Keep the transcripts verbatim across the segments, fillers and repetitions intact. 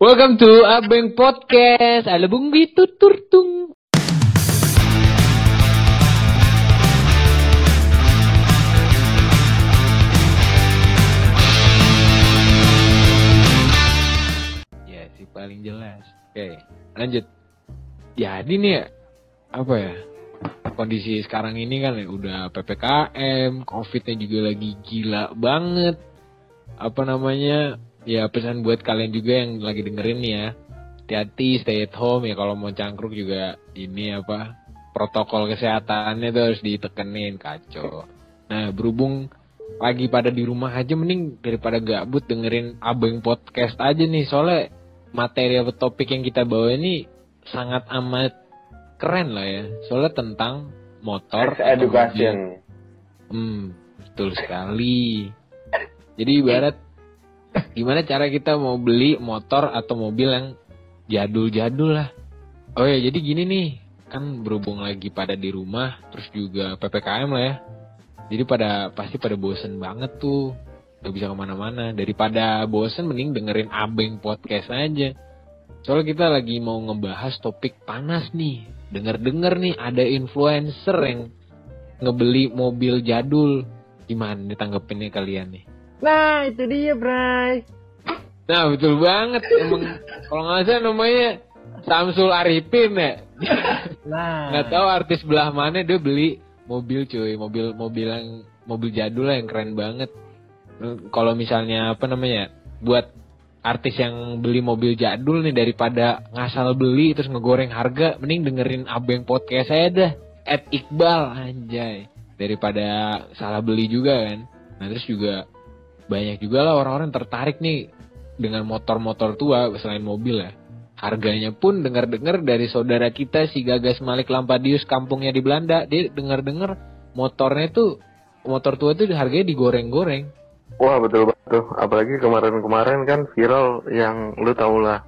Welcome to Abeng Podcast. Ada Bung Bituturtung. Ya sih paling jelas. Oke, lanjut. Jadi nih ya, apa ya? Kondisi sekarang ini kan ya udah P P K M, Covid-nya juga lagi gila banget. Apa namanya? Ya pesan buat kalian juga yang lagi dengerin nih ya, hati-hati, stay at home ya. Kalau mau cangkruk juga ini apa, protokol kesehatannya tuh harus ditekenin, kacau. Nah berhubung lagi pada di rumah aja, mending daripada gabut dengerin Abeng Podcast aja nih. Soalnya materi atau topik yang kita bawa ini sangat amat keren lah ya. Soalnya tentang motor education. Hmm, betul sekali. Jadi ibarat gimana cara kita mau beli motor atau mobil yang jadul-jadul lah. Oh ya, jadi gini nih, kan berhubung lagi pada di rumah, terus juga P P K M lah ya. Jadi pada pasti pada bosen banget tuh, gak bisa kemana-mana. Daripada bosen, mending dengerin Abeng Podcast aja. Soalnya kita lagi mau ngebahas topik panas nih. Dengar-dengar nih ada influencer yang ngebeli mobil jadul. Gimana nih tanggepinnya kalian nih? Nah itu dia Bray. Nah betul banget. Emang kalau nggak salah namanya Samsul Arifin ya. Nah nggak tahu artis belah mana dia beli mobil cuy, mobil mobil yang mobil jadul lah yang keren banget. Kalau misalnya apa namanya, buat artis yang beli mobil jadul nih, daripada ngasal beli terus ngegoreng harga, mending dengerin Abeng Podcast saya dah, at Iqbal anjay, daripada salah beli juga kan. Nah terus juga banyak juga lah orang-orang tertarik nih dengan motor-motor tua selain mobil ya. Harganya pun dengar-dengar dari saudara kita si Gagas Malik Lampadius, kampungnya di Belanda, dia dengar-dengar motornya tuh, motor tua itu harganya digoreng-goreng. Wah betul banget tuh. Apalagi kemarin-kemarin kan viral yang lu tau lah,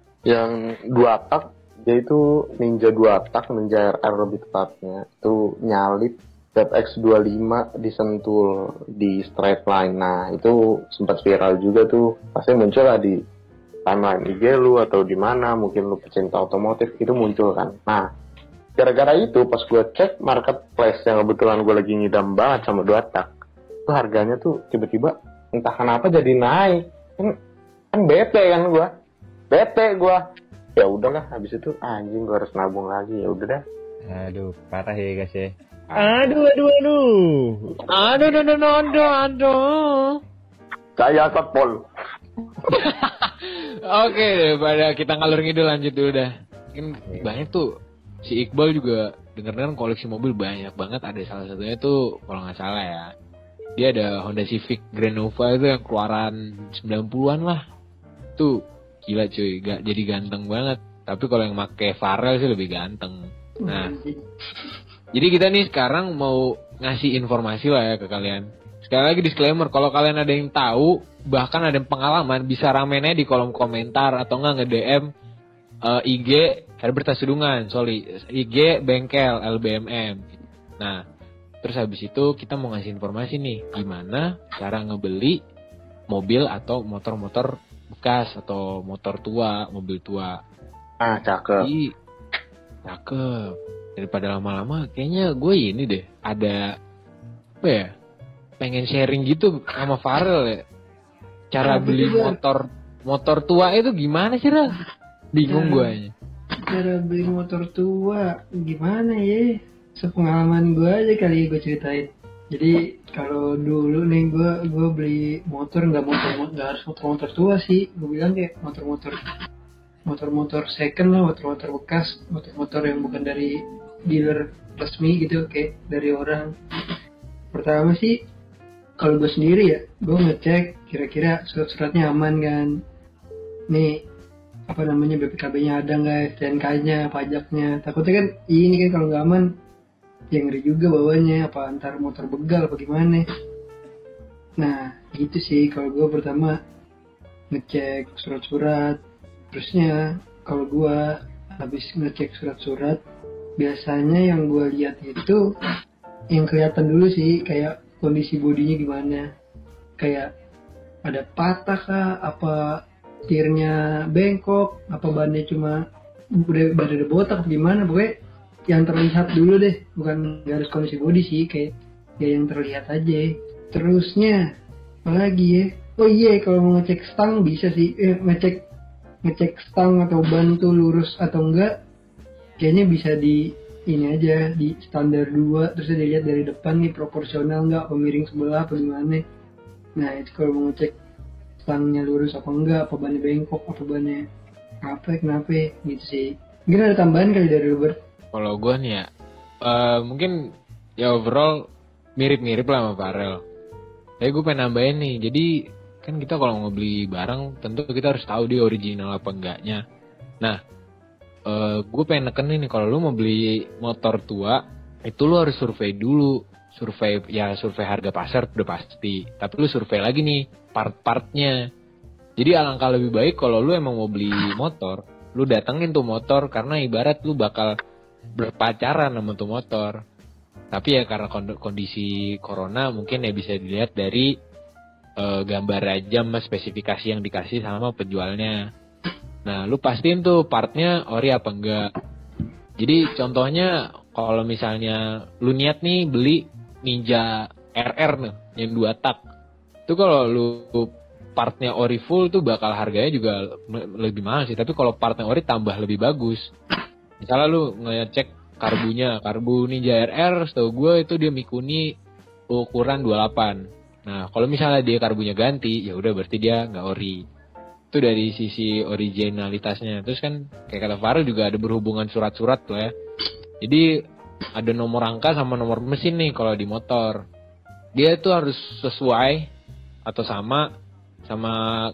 yang dua tak, dia itu Ninja dua tak, Ninja R R lebih tepatnya, itu nyalip Z X dua puluh lima di Sentul di straight line. Nah itu sempat viral juga tuh, pasti muncul lah di timeline I G lu atau di mana, mungkin lu pecinta otomotif itu muncul kan. Nah gara-gara itu pas gue cek marketplace yang kebetulan gue lagi ngidam banget sama dua tak, itu harganya tuh tiba-tiba entah kenapa jadi naik. Kan kan bete kan gue, bete gue. Ya udahlah, habis itu anjing gue harus nabung lagi. Ya udah dah. Aduh, parah ya guys ya. Aduh, aduh, aduh. Aduh, aduh, aduh, aduh, aduh. Saya Satpol. Oke, daripada kita ngalur ngidul, lanjut dulu dah. Kan banyak tuh, si Iqbal juga denger-denger koleksi mobil banyak banget. Ada salah satunya tuh, kalau nggak salah ya, dia ada Honda Civic Grand Nova itu yang keluaran sembilan puluhan lah. Tuh gila cuy, gak jadi ganteng banget. Tapi kalau yang make Farel sih lebih ganteng. Nah, jadi kita nih sekarang mau ngasih informasi lah ya ke kalian. Sekali lagi disclaimer, kalau kalian ada yang tahu, bahkan ada yang pengalaman, bisa ramennya di kolom komentar atau enggak nge-D M uh, I G Herbert Tasudungan, sorry, I G Bengkel L B M M. Nah, terus habis itu kita mau ngasih informasi nih, gimana cara ngebeli mobil atau motor-motor bekas atau motor tua, mobil tua. Ah, cakep. Jadi, cakep. Daripada lama-lama, kayaknya gue ini deh, ada apa ya, pengen sharing gitu sama Farel ya. Cara beli motor motor tua itu gimana sih, Ral? Bingung gue aja. Cara beli motor tua gimana ya? Sepengalaman gue aja kali gue ceritain. Jadi kalau dulu nih gue gue beli motor, nggak motor nggak harus motor-motor tua sih. Gue bilang kayak motor-motor motor-motor second lah, motor-motor bekas, motor-motor yang bukan dari dealer resmi gitu, kayak dari orang. Pertama sih kalau gue sendiri ya, gue ngecek kira-kira surat-suratnya aman kan. Nih apa namanya, B P K B-nya ada nggak, S T N K-nya, pajaknya. Takutnya kan ini kan kalau nggak aman, yang ngeri juga bawanya, apa antar motor begal apa gimana. Nah gitu sih kalau gue pertama ngecek surat-surat. Terusnya kalau gue habis ngecek surat-surat, biasanya yang gue lihat itu yang kelihatan dulu sih, kayak kondisi bodinya gimana, kayak ada patah kah, apa setirnya bengkok, apa bannya cuma udah udah botak gimana, pokoknya yang terlihat dulu deh, bukan nggak harus kondisi body sih, kayak ya yang terlihat aja. Terusnya apa lagi ya? Oh iya, kalau mau ngecek stang bisa sih, eh, ngecek ngecek stang atau ban tuh lurus atau enggak, kayaknya bisa di ini aja di standar dua, terus dilihat dari depan nih proporsional enggak, apa miring sebelah apa gimana. Nah itu kalau mau ngecek stangnya lurus apa enggak, apa bannya bengkok, apa bannya apa kenapa gitu sih. Mungkin ada tambahan kali dari Robert. Kalau gue nih ya, uh, mungkin ya overall mirip-mirip lah sama Farel. Tapi gue pengen nambahin nih, jadi kan kita kalau mau beli barang tentu kita harus tahu dia original apa enggaknya. Nah, uh, gue pengen nekenin nih, kalau lu mau beli motor tua, itu lu harus survei dulu. Survei, ya survei harga pasar udah pasti. Tapi lu survei lagi nih part-partnya. Jadi alangkah lebih baik kalau lu emang mau beli motor, lu datengin tuh motor, karena ibarat lu bakal berpacaran sama tuh motor. Tapi ya karena kondisi corona mungkin ya bisa dilihat dari uh, gambar rajam spesifikasi yang dikasih sama penjualnya. Nah lu pastiin tuh partnya ori apa enggak. Jadi contohnya kalau misalnya lu niat nih beli Ninja R R nih yang dua tak, itu kalau lu partnya ori full tuh bakal harganya juga lebih mahal sih. Tapi kalau partnya ori tambah lebih bagus. Misalnya lu ngecek karbunya, karbu Ninja R R setahu gue itu dia Mikuni ukuran dua puluh delapan. Nah kalau misalnya dia karbunya ganti, ya udah berarti dia nggak ori. Itu dari sisi originalitasnya. Terus kan kayak kata Farel juga ada berhubungan surat-surat tuh ya. Jadi ada nomor angka sama nomor mesin nih kalau di motor. Dia tuh harus sesuai atau sama sama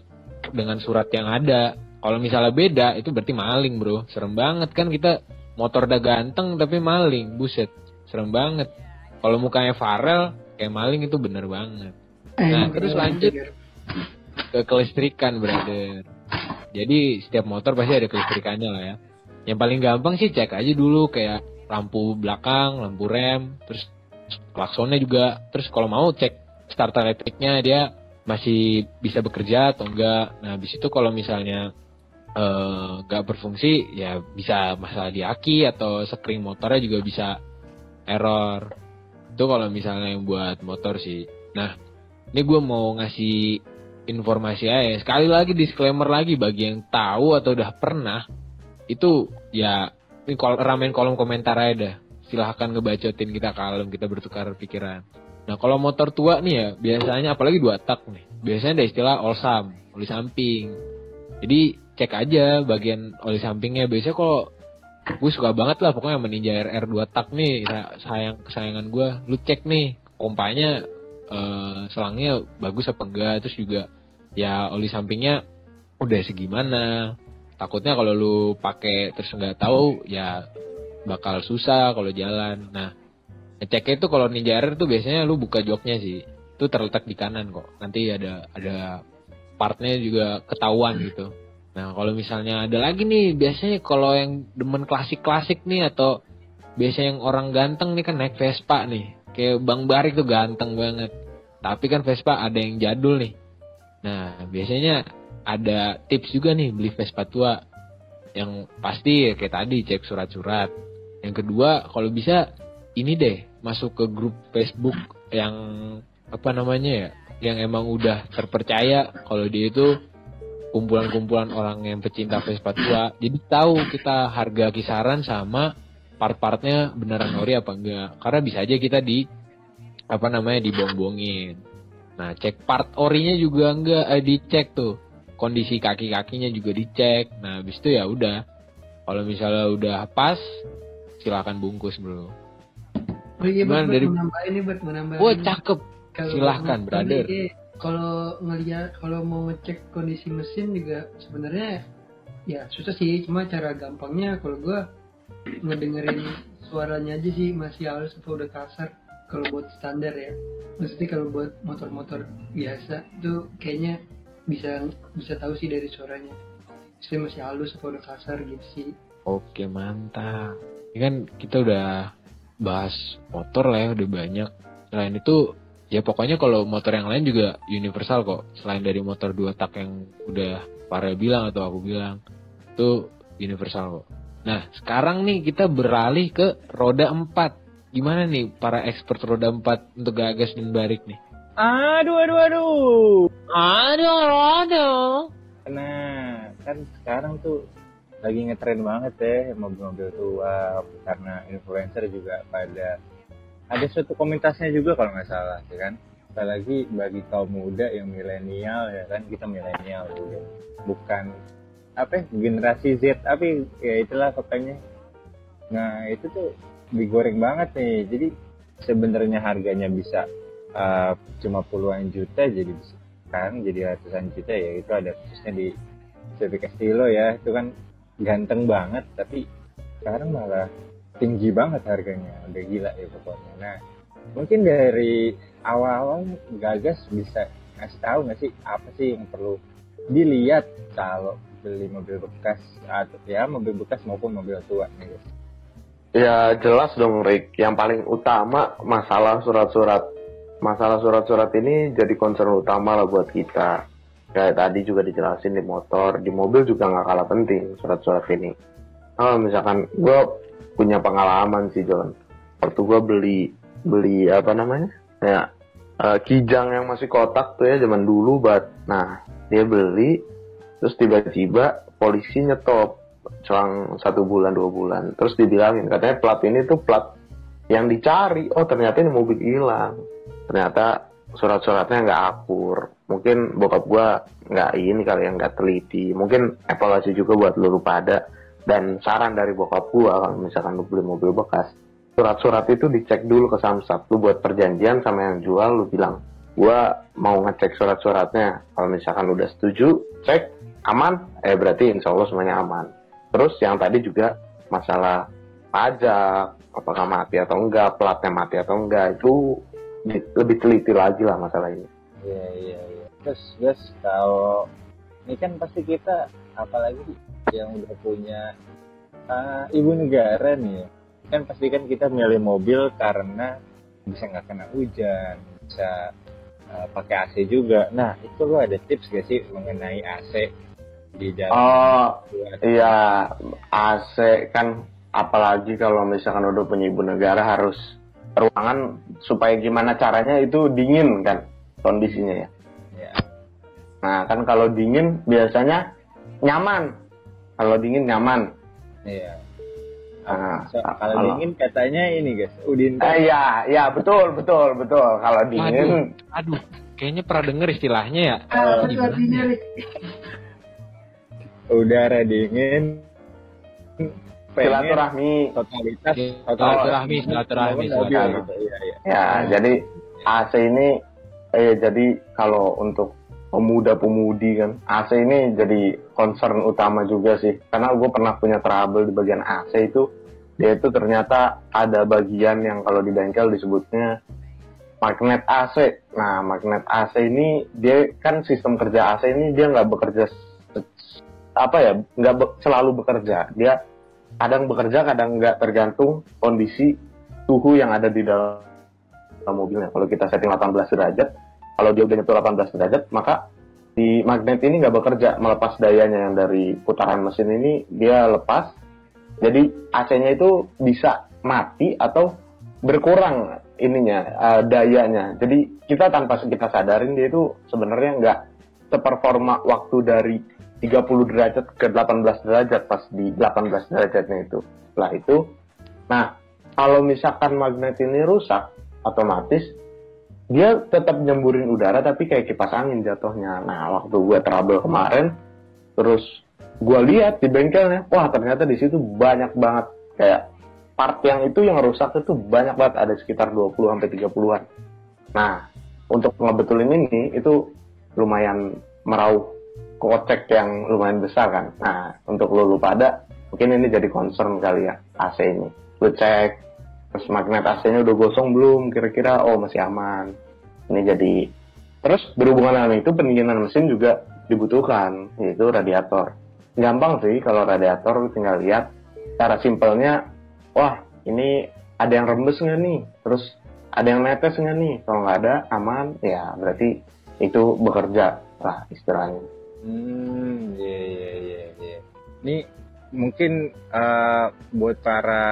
dengan surat yang ada. Kalau misalnya beda, itu berarti maling bro. Serem banget kan, kita motor udah ganteng tapi maling. Buset, serem banget. Kalau mukanya Farel kayak maling itu bener banget. Nah terus lanjut ke kelistrikan brother. Jadi setiap motor pasti ada kelistrikannya lah ya. Yang paling gampang sih cek aja dulu kayak lampu belakang, lampu rem, terus klaksonnya juga. Terus kalau mau cek starter elektriknya dia masih bisa bekerja atau enggak. Nah habis itu kalau misalnya Uh, gak berfungsi, ya bisa masalah di aki atau sekring motornya juga bisa error. Itu kalau misalnya yang buat motor sih. Nah ini gue mau ngasih informasi aja, sekali lagi disclaimer lagi bagi yang tahu atau udah pernah. Itu ya ini kol- ramen kolom komentar aja dah, silahkan ngebacotin, kita kalem, kita bertukar pikiran. Nah kalau motor tua nih ya biasanya, apalagi dua tak nih, biasanya ada istilah olsam, oli samping. Jadi cek aja bagian oli sampingnya. Biasanya kalau gue suka banget lah pokoknya sama Ninja R R dua tak nih, sayang kesayangan gue, lu cek nih pompanya, uh, selangnya bagus apa enggak. Terus juga ya oli sampingnya udah segimana. Takutnya kalau lu pakai terus nggak tahu ya bakal susah kalau jalan. Nah ngeceknya itu kalau Ninja R R tuh biasanya lu buka joknya sih, itu terletak di kanan kok, nanti ada ada partnya juga ketahuan gitu. Nah kalau misalnya ada lagi nih, biasanya kalau yang demen klasik-klasik nih, atau biasanya yang orang ganteng nih kan naik Vespa nih, kayak Bang Barik tuh ganteng banget, tapi kan Vespa ada yang jadul nih. Nah biasanya ada tips juga nih beli Vespa tua. Yang pasti kayak tadi cek surat-surat. Yang kedua kalau bisa ini deh, masuk ke grup Facebook yang apa namanya ya, yang emang udah terpercaya kalau dia itu kumpulan-kumpulan orang yang pecinta Vespa tua. Jadi tahu kita harga kisaran sama part-partnya beneran ori apa enggak. Karena bisa aja kita di apa namanya dibohong-bohongin. Nah cek part orinya juga enggak, eh, dicek tuh kondisi kaki-kakinya juga dicek. Nah habis itu ya udah, kalau misalnya udah pas silakan bungkus bro. Oh iya, buat dari... menambah ini, buat menambah. Wah cakep. Kalau silahkan brother. Kalau ngelihat, kalau mau ngecek kondisi mesin juga sebenarnya ya susah sih, cuma cara gampangnya kalau gue ngedengerin suaranya aja sih, masih halus atau udah kasar. Kalau buat standar ya, maksudnya kalau buat motor-motor biasa itu kayaknya bisa bisa tahu sih dari suaranya, maksudnya masih halus atau udah kasar gitu sih. Oke mantap. Ini kan kita udah bahas motor lah ya, udah banyak. Selain itu ya pokoknya kalau motor yang lain juga universal kok. Selain dari motor dua tak yang udah Farel bilang atau aku bilang itu universal kok. Nah sekarang nih kita beralih ke roda empat. Gimana nih para expert roda empat untuk Gagas dan Barik nih? Aduh, aduh, aduh. Aduh, aduh. Nah, kan sekarang tuh lagi ngetren banget ya mobil-mobil tua, karena influencer juga pada ada suatu komunitasnya juga kalau nggak salah, ya kan? Apalagi bagi kaum muda yang milenial, ya kan, kita milenial juga, bukan apa ya, generasi Z, tapi ya itulah pokoknya. Nah itu tuh digoreng banget nih, jadi sebenarnya harganya bisa uh, cuma puluhan juta, jadi sekarang jadi ratusan juta, ya itu ada khususnya di Civic Estilo ya, itu kan ganteng banget, tapi sekarang malah tinggi banget harganya, udah gila ya pokoknya. Nah mungkin dari awal-awal Gagas bisa ngasih tahu nggak sih apa sih yang perlu dilihat kalau beli mobil bekas, atau ya mobil bekas maupun mobil tua nih guys? Ya jelas dong Rick, yang paling utama masalah surat-surat. Masalah surat-surat ini jadi concern utama lah buat kita. Kayak tadi juga dijelasin di motor, di mobil juga nggak kalah penting surat-surat ini. Oh misalkan gue punya pengalaman sih John, waktu gue beli beli apa namanya ya uh, Kijang yang masih kotak tuh ya zaman dulu banget. Nah dia beli, terus tiba-tiba polisi nyetop selang satu bulan dua bulan, terus dibilangin katanya plat ini tuh plat yang dicari. Oh ternyata ini mobil hilang, ternyata surat-suratnya nggak akur. Mungkin bokap gua nggak ini kali yang nggak teliti. Mungkin evaluasi juga buat lu pada, dan saran dari bokap gua kalau misalkan lu beli mobil bekas, surat-surat itu dicek dulu ke Samsat. Lu buat perjanjian sama yang jual, lu bilang gua mau ngecek surat-suratnya, kalau misalkan udah setuju cek aman, eh berarti insya Allah semuanya aman. Terus yang tadi juga masalah pajak, apakah mati atau enggak, platnya mati atau enggak, itu lebih teliti lagi lah masalah ini. Iya iya iya. Terus guys, kalau ini kan pasti kita, apalagi yang udah punya uh, ibu negara nih, kan pasti kan kita milih mobil karena bisa nggak kena hujan, bisa uh, pakai A C juga. Nah itu lo ada tips gak sih mengenai A C di jalan? Oh iya, A C kan apalagi kalau misalkan udah punya ibu negara harus ruangan supaya gimana caranya itu dingin kan kondisinya ya. Ya. Nah kan kalau dingin biasanya nyaman, kalau dingin nyaman. Iya. Nah, So, kalau kalau dingin katanya ini guys, Udin. Eh, iya, iya betul, betul, betul. Kalau dingin, Aduh, aduh, kayaknya pernah denger istilahnya ya. Ah, Gimana itu artinya ya? Rick. Udara dingin. pengen silaturahmi. totalitas Silaturahmi, silaturahmi, mobil silaturahmi. gitu. Iya, iya. Ya, jadi A C ini, eh jadi kalau untuk pemuda-pemudi kan, A C ini jadi concern utama juga sih. Karena gue pernah punya trouble di bagian A C itu, dia itu ternyata ada bagian yang kalau di bengkel disebutnya magnet A C. Nah, magnet A C ini dia kan sistem kerja A C ini dia nggak bekerja se- apa ya, nggak be- selalu bekerja. Dia kadang bekerja, kadang nggak, tergantung kondisi suhu yang ada di dalam mobilnya. Kalau kita setting delapan belas derajat, kalau dia udah nyentuh delapan belas derajat, maka di magnet ini nggak bekerja, melepas dayanya yang dari putaran mesin ini, dia lepas. Jadi A C-nya itu bisa mati atau berkurang ininya, uh, dayanya. Jadi kita tanpa kita sadarin dia itu sebenarnya nggak seperforma waktu dari tiga puluh derajat ke delapan belas derajat pas di delapan belas derajatnya itu. Setelah itu, nah kalau misalkan magnet ini rusak, otomatis dia tetap nyemburin udara tapi kayak kipas angin jatuhnya. Nah waktu gue trouble kemarin, terus gue lihat di bengkelnya, wah ternyata di situ banyak banget kayak part yang itu yang rusak itu banyak banget, ada sekitar dua puluh sampai tiga puluhan. Nah untuk ngebetulin ini itu lumayan merauh kocek yang lumayan besar kan. Nah untuk lo lu pada mungkin ini jadi concern kali ya, A C ini lu cek terus magnet A C-nya udah gosong belum, kira-kira oh masih aman. Ini jadi, terus berhubungan dengan itu pendinginan mesin juga dibutuhkan, yaitu radiator. Gampang sih kalau radiator, tinggal lihat cara simpelnya, wah ini ada yang rembes nggak nih, terus ada yang netes nggak nih. Kalau nggak ada, aman, ya berarti itu bekerja lah istilahnya. Hmm, iya iya iya iya. Ini mungkin eh, buat para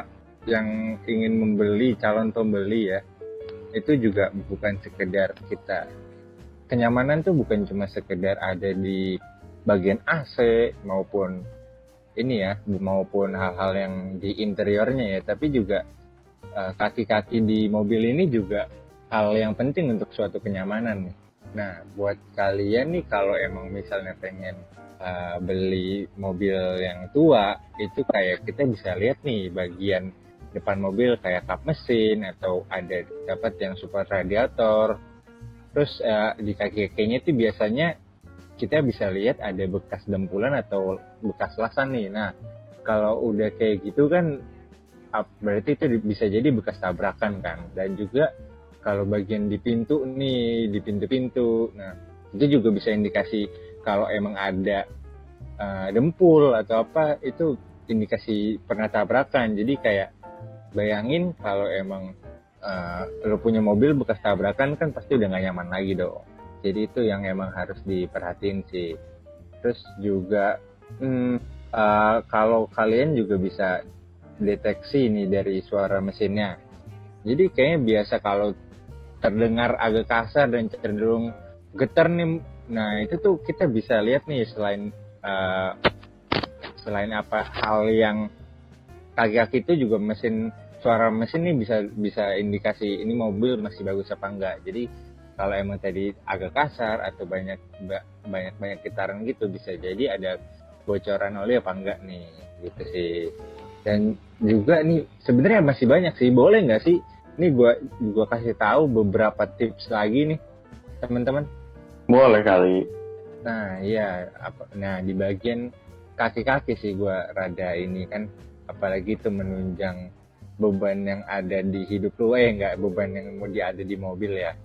yang ingin membeli, calon pembeli ya, itu juga bukan sekedar kita. Kenyamanan tuh bukan cuma sekedar ada di bagian A C maupun ini ya, maupun hal-hal yang di interiornya ya, tapi juga eh, kaki-kaki di mobil ini juga hal yang penting untuk suatu kenyamanan nih. Nah, buat kalian nih kalau emang misalnya pengen uh, beli mobil yang tua, itu kayak kita bisa lihat nih bagian depan mobil kayak kap mesin atau ada dapat yang support radiator. Terus uh, di kaki-kakinya itu biasanya kita bisa lihat ada bekas dempulan atau bekas lasan nih. Nah, kalau udah kayak gitu kan berarti itu bisa jadi bekas tabrakan kan. Dan juga kalau bagian di pintu nih, di pintu-pintu, nah itu juga bisa indikasi kalau emang ada uh, dempul atau apa, itu indikasi pernah tabrakan. Jadi kayak bayangin kalau emang uh, lo punya mobil bekas tabrakan kan pasti udah gak nyaman lagi dong. Jadi itu yang emang harus diperhatiin sih. Terus juga hmm, uh, kalau kalian juga bisa deteksi nih dari suara mesinnya. Jadi kayaknya biasa kalau terdengar agak kasar dan cenderung getar nih, nah itu tuh kita bisa lihat nih selain uh, selain apa hal yang kaki-kaki itu juga mesin suara mesin nih bisa bisa indikasi ini mobil masih bagus apa enggak. Jadi kalau emang tadi agak kasar atau banyak banyak banyak getaran gitu, bisa jadi ada bocoran oli apa enggak nih gitu sih. Dan juga nih sebenarnya masih banyak sih, boleh nggak sih ini gua gua kasih tahu beberapa tips lagi nih teman-teman? Boleh kali. Nah iya apa nah di bagian kaki-kaki sih gua rada ini kan, apalagi itu menunjang beban yang ada di hidup lu, eh nggak beban yang mau dia ada di mobil ya.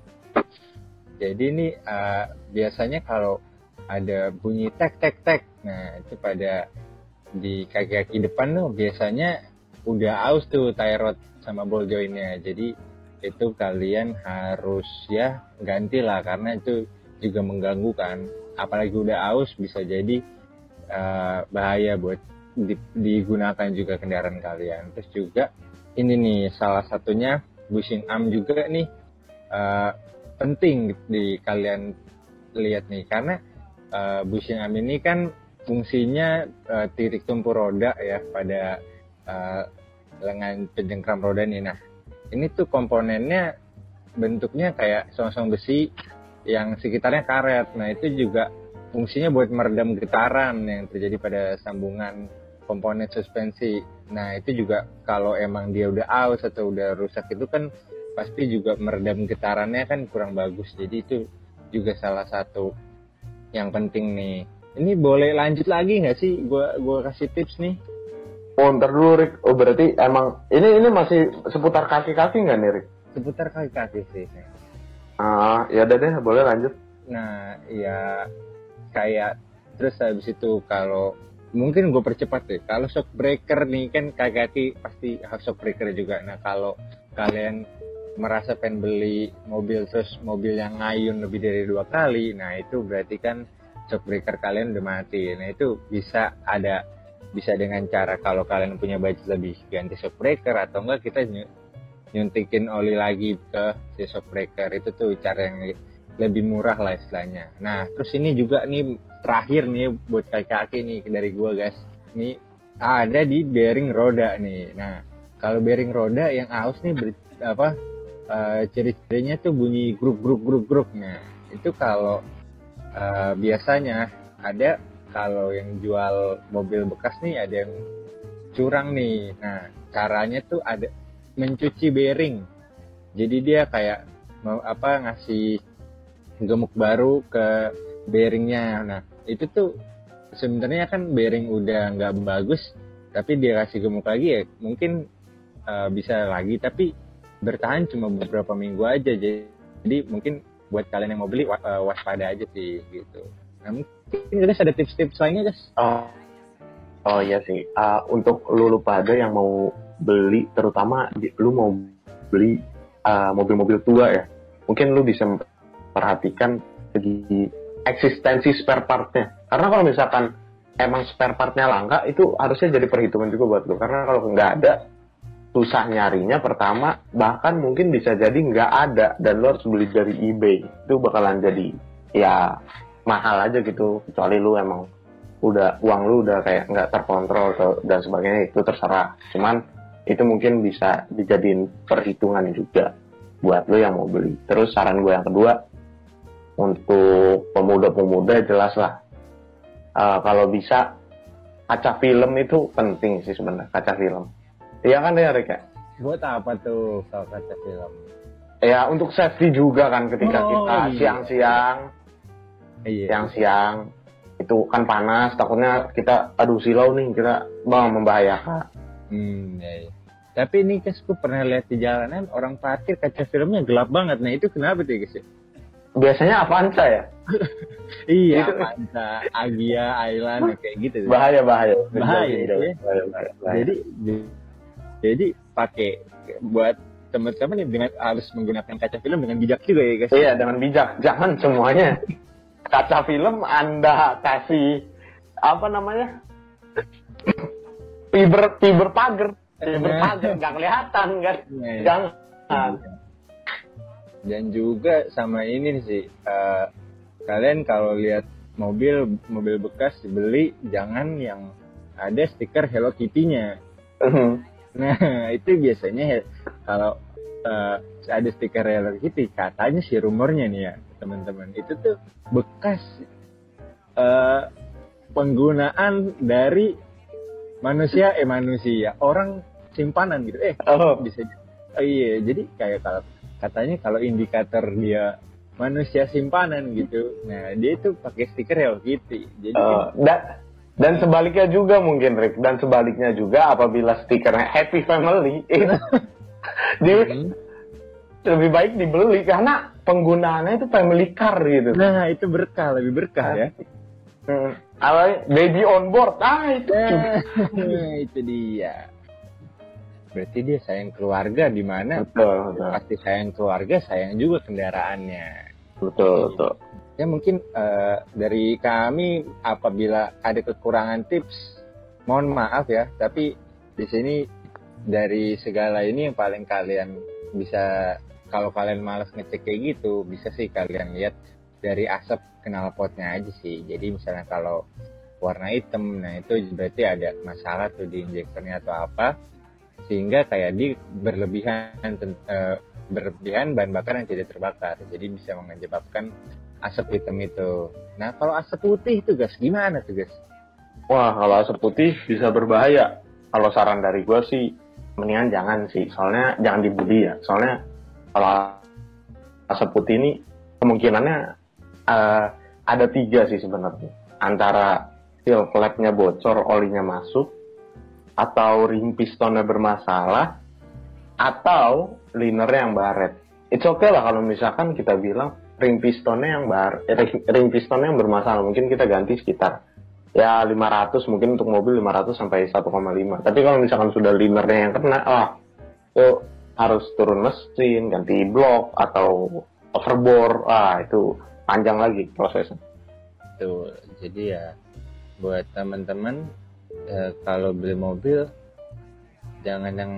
Jadi ini uh, biasanya kalau ada bunyi tek tek tek, nah itu pada di kaki-kaki depan tuh biasanya udah aus tuh tie rod sama ball jointnya. Jadi itu kalian harus ya ganti lah, karena itu juga mengganggu kan. Apalagi udah aus bisa jadi uh, bahaya buat di, digunakan juga kendaraan kalian. Terus juga ini nih salah satunya bushing arm juga nih uh, penting di kalian lihat nih, karena uh, bushing arm ini kan fungsinya uh, titik tumpu roda ya pada uh, lengan penjengkram roda nih. Nah ini tuh komponennya bentuknya kayak selang-selang besi yang sekitarnya karet. Nah itu juga fungsinya buat meredam getaran yang terjadi pada sambungan komponen suspensi. Nah itu juga kalau emang dia udah aus atau udah rusak itu kan pasti juga meredam getarannya kan kurang bagus. Jadi itu juga salah satu yang penting nih. Ini boleh lanjut lagi nggak sih? Gua gua kasih tips nih. Oh, ntar dulu, Rick. Oh, berarti emang ini ini masih seputar kaki-kaki nggak nih, Rick? Seputar kaki-kaki sih. Ah, ya udah deh, boleh lanjut. Nah, ya kayak terus habis itu kalau mungkin gue percepat deh. Kalau shock breaker nih kan kaki-kaki pasti harus shock breaker juga. Nah, kalau kalian merasa pengen beli mobil terus mobil yang ngayun lebih dari dua kali, nah itu berarti kan shock breaker kalian udah mati. Nah, itu bisa ada bisa dengan cara kalau kalian punya budget lebih ganti shock breaker, atau enggak kita nyuntikin oli lagi ke si shock breaker. Itu tuh cara yang lebih murah lah istilahnya. Nah terus ini juga nih terakhir nih buat kaki-kaki nih dari gua guys, nih ada di bearing roda nih. Nah kalau bearing roda yang aus nih ber, apa uh, ciri-cirinya tuh bunyi grup grup grup grup. Nah itu kalau uh, biasanya ada kalau yang jual mobil bekas nih ada yang curang nih. Nah caranya tuh ada mencuci bearing. Jadi dia kayak mau apa ngasih gemuk baru ke bearingnya. Nah itu tuh sebenarnya kan bearing udah nggak bagus, tapi dia kasih gemuk lagi ya mungkin uh, bisa lagi, tapi bertahan cuma beberapa minggu aja. Jadi mungkin buat kalian yang mau beli uh, waspada aja sih gitu. Nah, mungkin guys ada tips-tips lainnya guys. Oh, oh iya sih. Uh, untuk lu, lu pada yang mau beli, terutama di, lu mau beli uh, mobil-mobil tua ya, mungkin lu bisa perhatikan segi eksistensi spare partnya. Karena kalau misalkan emang spare partnya langka, itu harusnya jadi perhitungan juga buat lo. Karena kalau nggak ada, susah nyarinya pertama, bahkan mungkin bisa jadi nggak ada dan lo harus beli dari eBay. Itu bakalan jadi ya mahal aja gitu, kecuali lu emang udah uang lu udah kayak nggak terkontrol atau, dan sebagainya, itu terserah. Cuman itu mungkin bisa dijadiin perhitungan juga buat lo yang mau beli. Terus saran gue yang kedua, untuk pemuda-pemuda jelas lah, uh, kalau bisa kaca film itu penting sih sebenarnya, kaca film. Iya kan ya Rick ya? Buat apa tuh kalau kaca film? Ya untuk safety juga kan, ketika Oh, kita iya. siang-siang, Iya. siang-siang itu kan panas, takutnya kita aduh silau nih, kita bang membahayakan. Hmm, ya, ya. Tapi ini guys, gue pernah lihat di jalanan orang parkir kaca filmnya gelap banget. Nah itu kenapa tuh guys? Biasanya Avanza ya? Iya, Itu- Avanza, Agia, Island, kayak gitu. tuh. Bahaya bahaya. Bahaya, Jauh, ya. bahaya, bahaya, bahaya. Jadi, j- jadi pakai buat teman-teman yang dengan harus menggunakan kaca film dengan bijak juga ya guys. Iya, dengan bijak. Jangan semuanya kaca film Anda kasih apa namanya? Fiber fiber pagar, fiber pagar nggak kelihatan kan? Iya, iya. Jangan. Dan juga sama ini sih, eh, kalian kalau lihat mobil mobil bekas dibeli, jangan yang ada stiker Hello Kitty-nya. Nah itu biasanya he- kalau eh, ada stiker Hello Kitty, katanya sih rumornya nih ya teman-teman, itu tuh bekas eh, penggunaan dari manusia eh manusia orang simpanan gitu eh Oh, bisa oh iya jadi kayak kalau katanya kalau indikator dia manusia simpanan gitu, nah dia itu pakai stiker Hello Kitty, jadi eh, dan dan sebaliknya juga mungkin Rick, dan sebaliknya juga apabila stikernya Happy Family itu di, Hmm. lebih baik dibeli karena penggunaannya itu family car gitu. nah itu berkah, lebih berkah ya. Hmm. Apa, baby on board, ah itu juga. Nah, itu dia. Berarti dia sayang keluarga, di mana Betul, betul, pasti sayang keluarga, sayang juga kendaraannya. betul, betul. Ya mungkin eh, dari kami apabila ada kekurangan tips, mohon maaf ya. Tapi di sini dari segala ini yang paling kalian bisa, kalau kalian malas ngecek kayak gitu, bisa sih kalian lihat dari asap knalpotnya aja sih. Jadi misalnya kalau warna hitam, nah itu berarti ada masalah tuh di injektornya atau apa, sehingga kayak di berlebihan ten- eh, berlebihan bahan bakar yang tidak terbakar, jadi bisa menyebabkan asap hitam itu. Nah kalau asap putih itu guys, gimana tuh guys? Wah, kalau asap putih bisa berbahaya. Kalau saran dari gue sih, mendingan jangan sih. Soalnya jangan dibeli ya. Soalnya kalau asap putih ini kemungkinannya eh, ada tiga sih sebenarnya. Antara seal flap-nya bocor, olinya masuk, atau ring pistonnya bermasalah, atau linernya yang baret. It's okay lah kalau misalkan kita bilang ring pistonnya yang bar, eh, ring, ring pistonnya yang bermasalah, mungkin kita ganti sekitar ya lima ratus, mungkin untuk mobil lima ratus sampai satu koma lima. Tapi kalau misalkan sudah linernya yang kena, wah itu harus turun mesin, ganti blok atau overbore, ah itu panjang lagi prosesnya. Tuh, jadi ya buat teman-teman eh, kalau beli mobil jangan yang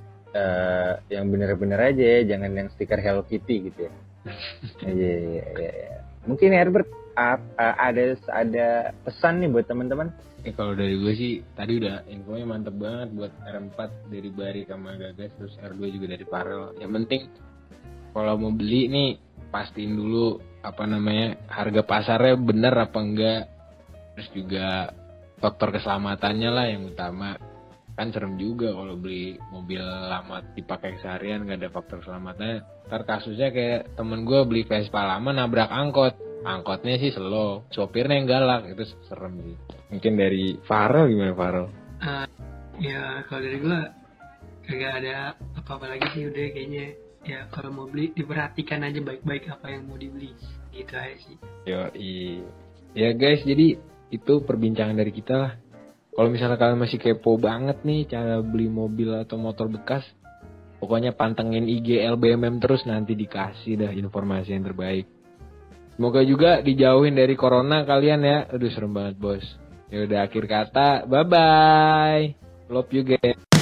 eh, yang bener-bener aja ya, jangan yang stiker Hello Kitty gitu ya. Iya, iya, iya, iya. Mungkin Herbert ap- eh, ada ada pesan nih buat teman-teman. Eh, kalau dari gue sih tadi udah infonya mantep banget buat R empat dari Bari sama Gagas, terus R dua juga dari Parel. Yang penting kalau mau beli nih pastiin dulu apa namanya harga pasarnya bener apa enggak, terus juga faktor keselamatannya lah yang utama. Kan serem juga kalau beli mobil lama dipakai seharian gak ada faktor keselamatannya. Ntar kasusnya kayak temen gue beli Vespa lama nabrak angkot, angkotnya sih slow, sopirnya yang galak, itu serem sih. Mungkin dari Farel gimana Farel? Ah, ya kalau dari gue kagak ada apa-apa lagi sih, udah kayaknya ya kalau mau beli diperhatikan aja baik-baik apa yang mau dibeli, gitu aja sih. Yo ya guys, jadi itu perbincangan dari kita lah. Kalau misalnya kalian masih kepo banget nih cara beli mobil atau motor bekas, pokoknya pantengin I G L B M M terus, nanti dikasih dah informasi yang terbaik. Semoga juga dijauhin dari corona kalian ya. Aduh serem banget bos. Ya udah akhir kata, bye bye. Love you guys.